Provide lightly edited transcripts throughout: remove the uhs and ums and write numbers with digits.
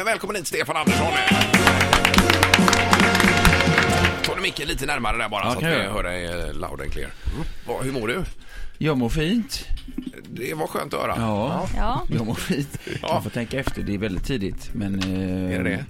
Men välkommen hit Stefan Andersson. Ta du micken lite närmare där bara så att vi hör dig loud and clear. Hur mår du? Jag mår fint. Det var skönt att höra. Ja. Jag mår fint. Man får tänka efter, det är väldigt tidigt. Men, är det?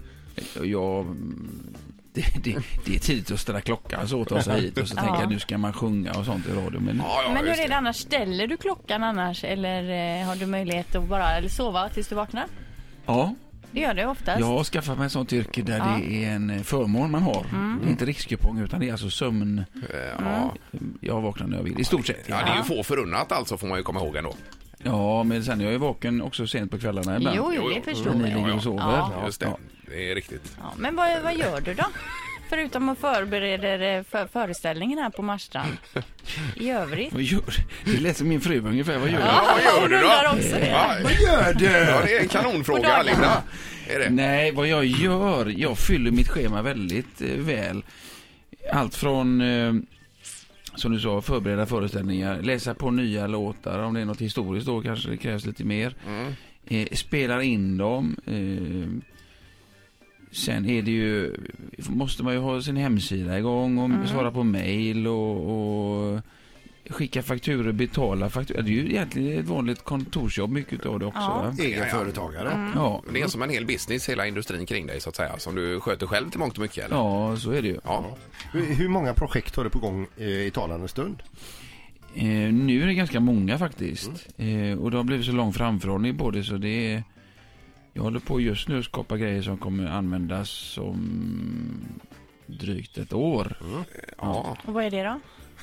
Det är tidigt att ställa klockan så att ta hit och så tänker jag nu ska man sjunga och sånt i radio. Men hur är det annars? Ställer du klockan annars eller har du möjlighet att bara sova tills du vaknar? Ja. Det gör det oftast. Jag har skaffat mig ett sånt yrke där det är en förmån man har. Det är inte rikskupong utan det är alltså sömn. Jag vaknar när jag vill, i stort sett. Ja, det är ju få förunnat alltså, får man ju komma ihåg ändå. Ja, men sen är jag ju vaken också sent på kvällarna ibland. Jo, det förstår jag. Ni ligger och sover. Ja, just det. Ja. Det är riktigt. Ja, men vad gör du då? Förutom att förbereda föreställningen här på Marstrand. I övrigt. Vad gör du? Det lät som min fru ungefär. Vad gör du? Ja, vad gör du då? Vad gör du? Ja, det är en kanonfråga, Linda. Är det? Nej, vad jag gör? Jag fyller mitt schema väldigt väl. Allt från, som du sa, förbereda föreställningar. Läsa på nya låtar. Om det är något historiskt då kanske det krävs lite mer. Spelar in dem. Sen är det ju, måste man ju ha sin hemsida igång och svara på mejl och skicka fakturor, betala fakturor. Det är ju egentligen ett vanligt kontorsjobb, mycket av det också. Egenföretagare. Ja. Det är som en hel business, hela industrin kring dig så att säga, som du sköter själv till mångt och mycket, eller? Ja, så är det ju. Ja. Hur många projekt har du på gång i talande stund? Nu är det ganska många faktiskt. Och det har blivit så lång framförhållning på det så det är... Jag håller på just nu att skapa grejer som kommer användas om drygt ett år. Ja. Och vad är det då?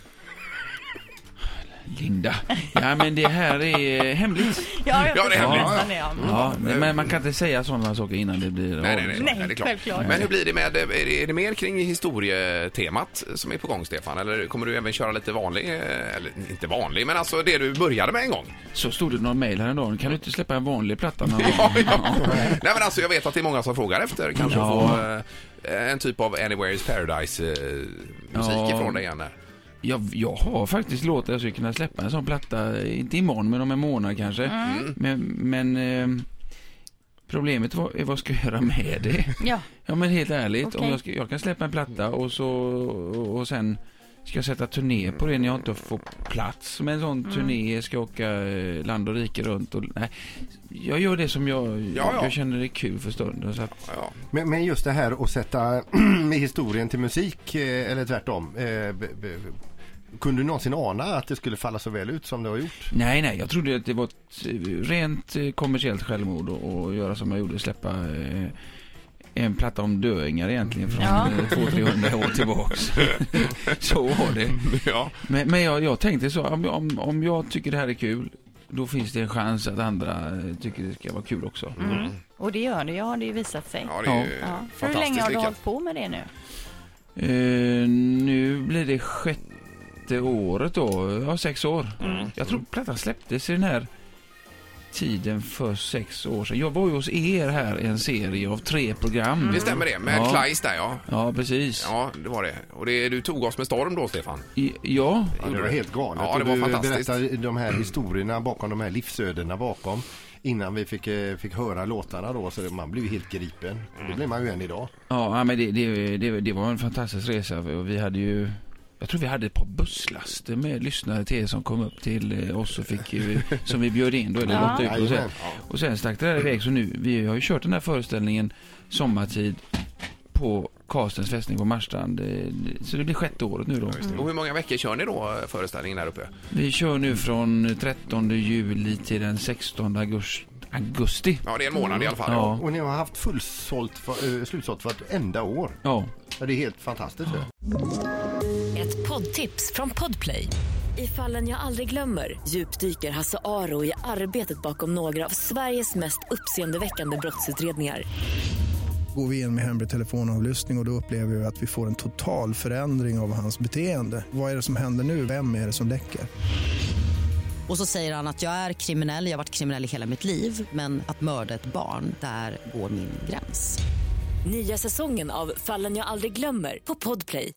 Linda. Ja, men det här är hemligt. Ja, det är hemligt. Ja, men man kan inte säga sådana saker innan det blir... Nej, det är klart. Självklart. Men hur blir det med, är det mer kring historietemat som är på gång, Stefan? Eller kommer du även köra lite vanlig, eller inte vanlig, men alltså det du började med en gång? Så stod det någon mejl här en dag. Kan du inte släppa en vanlig platta? Nej, men alltså jag vet att det är många som frågar efter. Kanske få en typ av Anywhere's Paradise musik ifrån dig igen här. Jag har faktiskt låtar jag skulle kunna släppa en sån platta, inte imorgon men om en månad kanske. Men problemet är vad ska jag göra med det? Ja, men helt ärligt, Okay. om jag kan släppa en platta och sen ska jag sätta turné på det när jag inte får plats med en sån turné, ska åka land och rike runt och, nej, jag gör det som jag känner är kul för stunden så att... Men just det här att sätta med historien till musik eller tvärtom, kunde du någonsin ana att det skulle falla så väl ut som det har gjort? Nej, jag trodde att det var ett rent kommersiellt självmord att göra som jag gjorde, släppa en platta om döingar egentligen från 200-300 år tillbaks. Så var det. Ja. Men jag tänkte så, om jag tycker det här är kul, då finns det en chans att andra tycker det ska vara kul också. Och det gör det, det har ju visat sig. Ja, det är ju fantastiskt. Hur länge har du hållit på med det nu? Nu blir det 6:e året då. Ja, 6 år. Jag tror plattan släpptes i den här tiden för 6 år sedan. Jag var ju hos er här i en serie av 3 program. Det stämmer det, med Kleist där, Ja, precis. Ja, det var det. Och du tog oss med storm då, Stefan? Ja, det var helt galet. Ja, det var fantastiskt. Du berättade de här historierna bakom, de här livsödena bakom, innan vi fick höra låtarna då, så man blev helt gripen. Det blev man ju än idag. Ja, men det var en fantastisk resa. Och vi hade ju... Jag tror vi hade ett par busslaster med lyssnare till er som kom upp till oss och fick som vi bjöd in då, eller lottade ut och sen stack det där iväg. Så nu, vi har ju kört den här föreställningen sommartid på Karlstens fästning på Marstrand. Så det blir 6:e året nu då. Och hur många veckor kör ni då föreställningen där uppe? Vi kör nu från 13 juli till den 16 augusti. Ja, det är en månad i alla fall. Ja. Och ni har haft slutsålt för ett enda år. Ja. Det är helt fantastiskt. Ett poddtips från Podplay. I Fallen jag aldrig glömmer djupdyker Hasse Aro i arbetet bakom några av Sveriges mest uppseendeväckande brottsutredningar. Går vi in med hemlig telefonavlyssning och då upplever vi att vi får en total förändring av hans beteende. Vad är det som händer nu? Vem är det som läcker? Och så säger han att jag är kriminell, jag har varit kriminell i hela mitt liv. Men att mörda ett barn, där går min gräns. Nya säsongen av Fallen jag aldrig glömmer på Podplay.